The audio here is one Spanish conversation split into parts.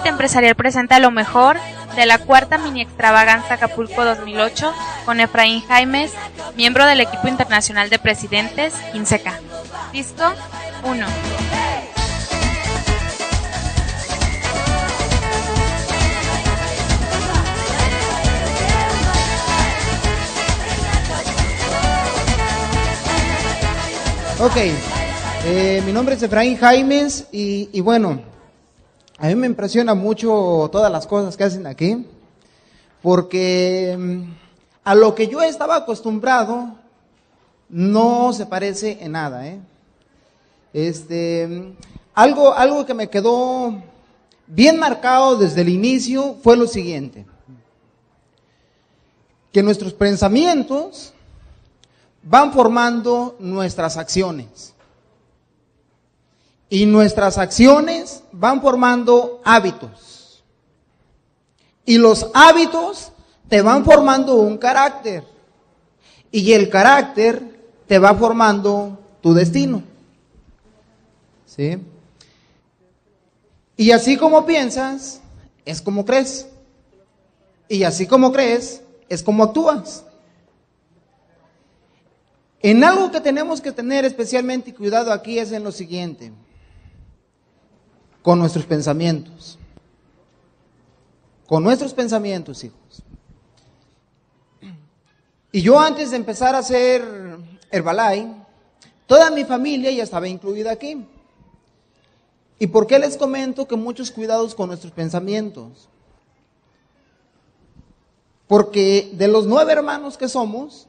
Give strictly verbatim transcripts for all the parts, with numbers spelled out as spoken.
Élite Empresarial presenta lo mejor de la cuarta mini extravaganza Acapulco dos mil ocho con Efraín Jaimes, miembro del equipo internacional de presidentes quince K. Disco uno. Ok, eh, mi nombre es Efraín Jaimes y, y bueno, a mí me impresiona mucho todas las cosas que hacen aquí, porque mm, a lo que yo estaba acostumbrado no se parece en nada, ¿eh? Este, algo, algo que me quedó bien marcado desde el inicio fue lo siguiente, que nuestros pensamientos van formando nuestras acciones. Y nuestras acciones van formando hábitos. Y los hábitos te van formando un carácter. Y el carácter te va formando tu destino. ¿Sí? Y así como piensas, es como crees. Y así como crees, es como actúas. En algo que tenemos que tener especialmente cuidado aquí es en lo siguiente, con nuestros pensamientos, con nuestros pensamientos, hijos. Y yo antes de empezar a hacer Herbalife, toda mi familia ya estaba incluida aquí. ¿Y por qué les comento que muchos cuidados con nuestros pensamientos? Porque de los nueve hermanos que somos,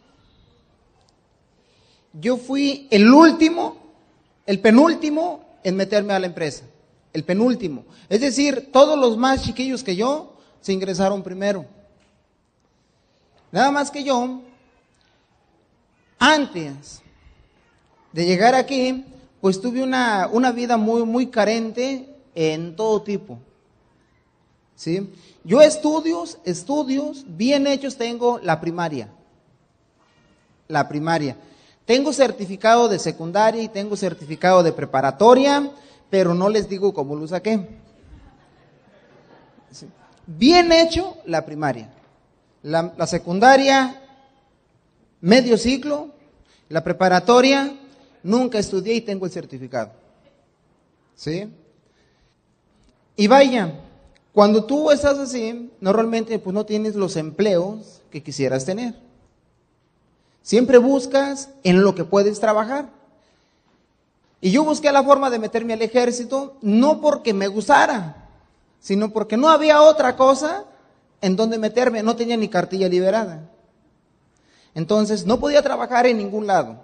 yo fui el último, el penúltimo en meterme a la empresa, el penúltimo. Es decir, todos los más chiquillos que yo se ingresaron primero. Nada más que yo, antes de llegar aquí, pues tuve una, una vida muy, muy carente en todo tipo. ¿Sí? Yo estudios, estudios bien hechos tengo la primaria, la primaria. Tengo certificado de secundaria y tengo certificado de preparatoria, pero no les digo cómo lo saqué. Sí. Bien hecho la primaria. La, la secundaria, medio ciclo. La preparatoria, nunca estudié y tengo el certificado. ¿Sí? Y vaya, cuando tú estás así, normalmente pues no tienes los empleos que quisieras tener. Siempre buscas en lo que puedes trabajar. Y yo busqué la forma de meterme al ejército, no porque me gustara, sino porque no había otra cosa en donde meterme, no tenía ni cartilla liberada. Entonces no podía trabajar en ningún lado.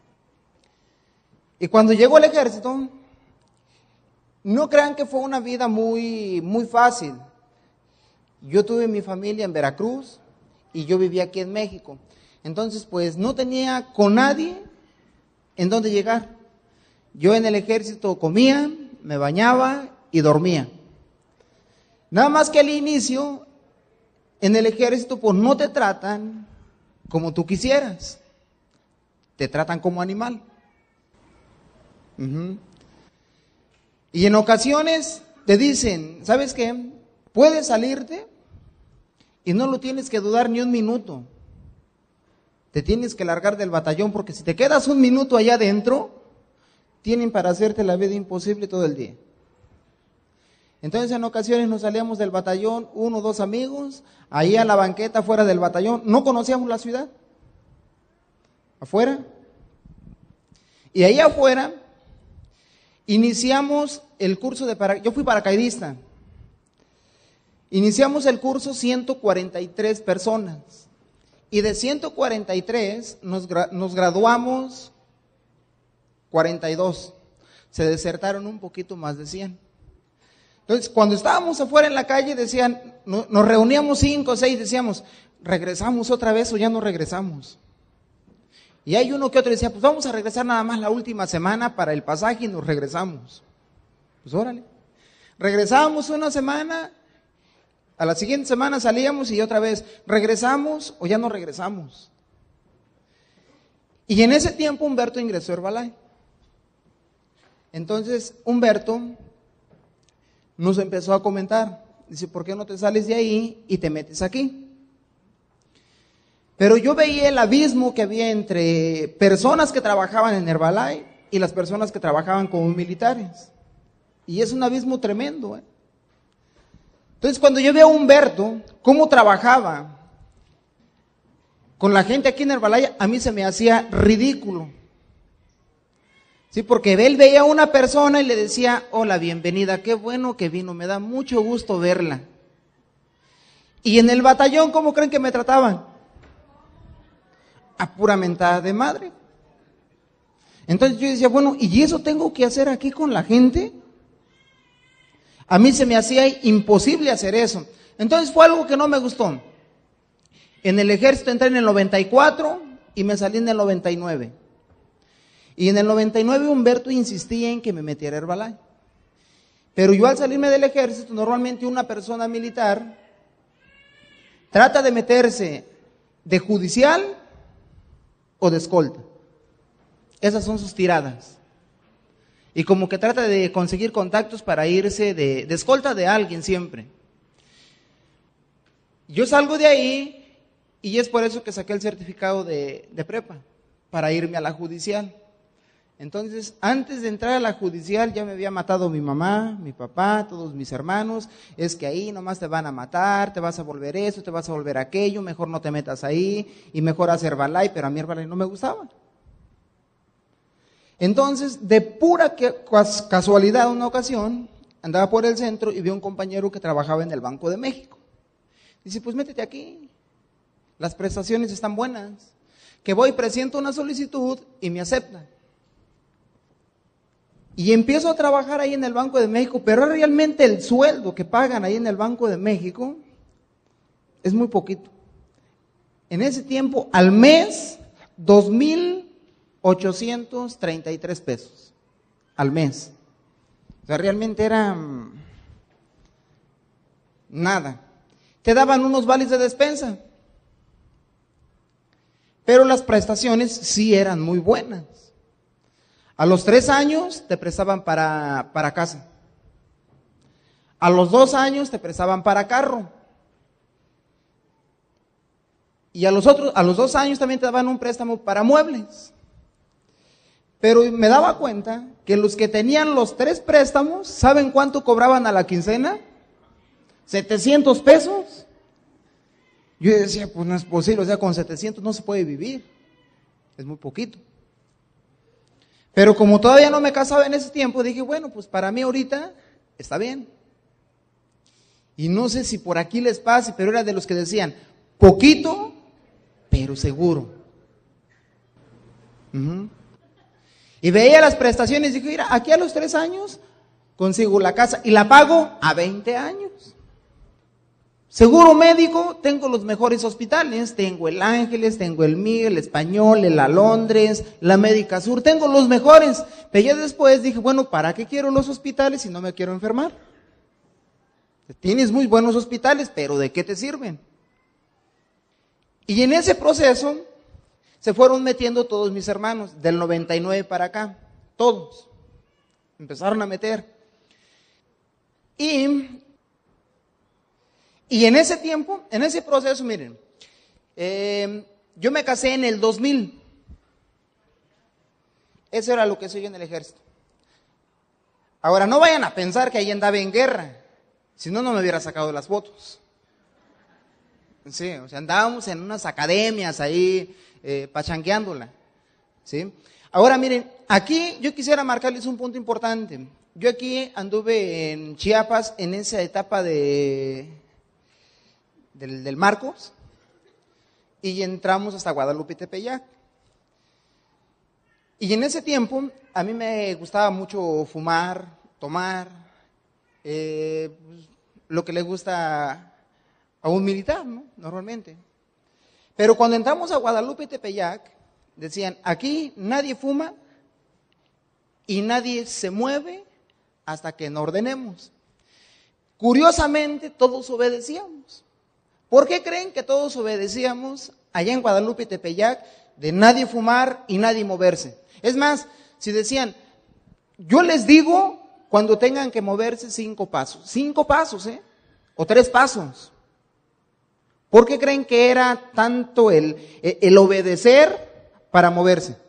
Y cuando llegó al ejército, no crean que fue una vida muy, muy fácil. Yo tuve mi familia en Veracruz y yo vivía aquí en México. Entonces, pues, no tenía con nadie en dónde llegar. Yo en el ejército comía, me bañaba y dormía. Nada más que al inicio, en el ejército, pues, no te tratan como tú quisieras. Te tratan como animal. Uh-huh. Y en ocasiones te dicen, ¿sabes qué? Puedes salirte y no lo tienes que dudar ni un minuto. Te tienes que largar del batallón porque si te quedas un minuto allá adentro, tienen para hacerte la vida imposible todo el día. Entonces en ocasiones nos salíamos del batallón, uno o dos amigos, ahí a la banqueta fuera del batallón, no conocíamos la ciudad, afuera. Y ahí afuera iniciamos el curso de paracaidista, yo fui paracaidista, iniciamos el curso ciento cuarenta y tres personas. Y de ciento cuarenta y tres nos, gra- nos graduamos cuarenta y dos. Se desertaron un poquito más de cien. Entonces, cuando estábamos afuera en la calle, decían, no, nos reuníamos cinco o seis, decíamos, ¿regresamos otra vez o ya no regresamos? Y hay uno que otro decía, pues vamos a regresar nada más la última semana para el pasaje y nos regresamos. Pues órale. Regresábamos una semana. A la siguiente semana salíamos y otra vez, ¿regresamos o ya no regresamos? Y en ese tiempo Humberto ingresó a Herbalife. Entonces Humberto nos empezó a comentar, Dice, ¿por qué no te sales de ahí y te metes aquí? Pero yo veía el abismo que había entre personas que trabajaban en Herbalife y las personas que trabajaban como militares. Y es un abismo tremendo, ¿eh? Entonces, cuando yo veo a Humberto, cómo trabajaba con la gente aquí en Herbalife, a mí se me hacía ridículo. Sí, porque él veía a una persona y le decía, hola, bienvenida, qué bueno que vino, me da mucho gusto verla. Y en el batallón, ¿cómo creen que me trataban? A pura mentada de madre. Entonces yo decía, bueno, ¿y eso tengo que hacer aquí con la gente? A mí se me hacía imposible hacer eso. Entonces fue algo que no me gustó. En el ejército entré en el noventa y cuatro y me salí en el noventa y nueve. Y en el noventa y nueve Humberto insistía en que me metiera a Herbalife. Pero yo al salirme del ejército, normalmente una persona militar trata de meterse de judicial o de escolta. Esas son sus tiradas. Y como que trata de conseguir contactos para irse de, de escolta de alguien siempre. Yo salgo de ahí y es por eso que saqué el certificado de, de prepa, para irme a la judicial. Entonces, antes de entrar a la judicial ya me había matado mi mamá, mi papá, todos mis hermanos. Es que ahí nomás te van a matar, te vas a volver eso, te vas a volver aquello, mejor no te metas ahí y mejor hacer Herbalife, pero a mí Herbalife no me gustaba. Entonces, de pura casualidad, una ocasión, andaba por el centro y vi a un compañero que trabajaba en el Banco de México. Dice, pues métete aquí, las prestaciones están buenas. Que voy, presento una solicitud y me aceptan. Y empiezo a trabajar ahí en el Banco de México, pero realmente el sueldo que pagan ahí en el Banco de México es muy poquito. En ese tiempo, al mes, dos mil ochocientos treinta y tres pesos al mes. O sea, realmente era mmm, nada. Te daban unos vales de despensa, pero las prestaciones sí eran muy buenas. A los tres años te prestaban para, para casa. A los dos años te prestaban para carro. Y a los otros, a los dos años también te daban un préstamo para muebles. Pero me daba cuenta que los que tenían los tres préstamos, ¿saben cuánto cobraban a la quincena? setecientos pesos. Yo decía, pues no es posible, o sea, con setecientos no se puede vivir. Es muy poquito. Pero como todavía no me casaba en ese tiempo, dije, bueno, pues para mí ahorita está bien. Y no sé si por aquí les pase, pero era de los que decían, poquito, pero seguro. Uh-huh. Y veía las prestaciones y dije, mira, aquí a los tres años consigo la casa y la pago a veinte años. Seguro médico, tengo los mejores hospitales, tengo el Ángeles, tengo el Miguel, el Español, el Alondres, la Médica Sur, tengo los mejores. Pero ya después dije, bueno, ¿para qué quiero los hospitales si no me quiero enfermar? Tienes muy buenos hospitales, pero ¿de qué te sirven? Y en ese proceso se fueron metiendo todos mis hermanos, del noventa y nueve para acá, todos, empezaron a meter. Y... Y en ese tiempo, en ese proceso, miren, eh, yo me casé en el dos mil. Eso era lo que soy yo en el ejército. Ahora, no vayan a pensar que ahí andaba en guerra, si no, no me hubiera sacado las fotos. Sí, o sea, andábamos en unas academias ahí, eh, pachangueándola, ¿sí? Ahora, miren, aquí yo quisiera marcarles un punto importante. Yo aquí anduve en Chiapas en esa etapa de... Del, del Marcos, y entramos hasta Guadalupe y Tepeyac. Y en ese tiempo, a mí me gustaba mucho fumar, tomar, eh, pues, lo que le gusta a un militar, ¿no? Normalmente. Pero cuando entramos a Guadalupe y Tepeyac, decían, aquí nadie fuma y nadie se mueve hasta que no ordenemos. Curiosamente, todos obedecíamos. ¿Por qué creen que todos obedecíamos allá en Guadalupe y Tepeyac de nadie fumar y nadie moverse? Es más, si decían, yo les digo cuando tengan que moverse cinco pasos, cinco pasos, ¿eh? o tres pasos. ¿Por qué creen que era tanto el, el obedecer para moverse?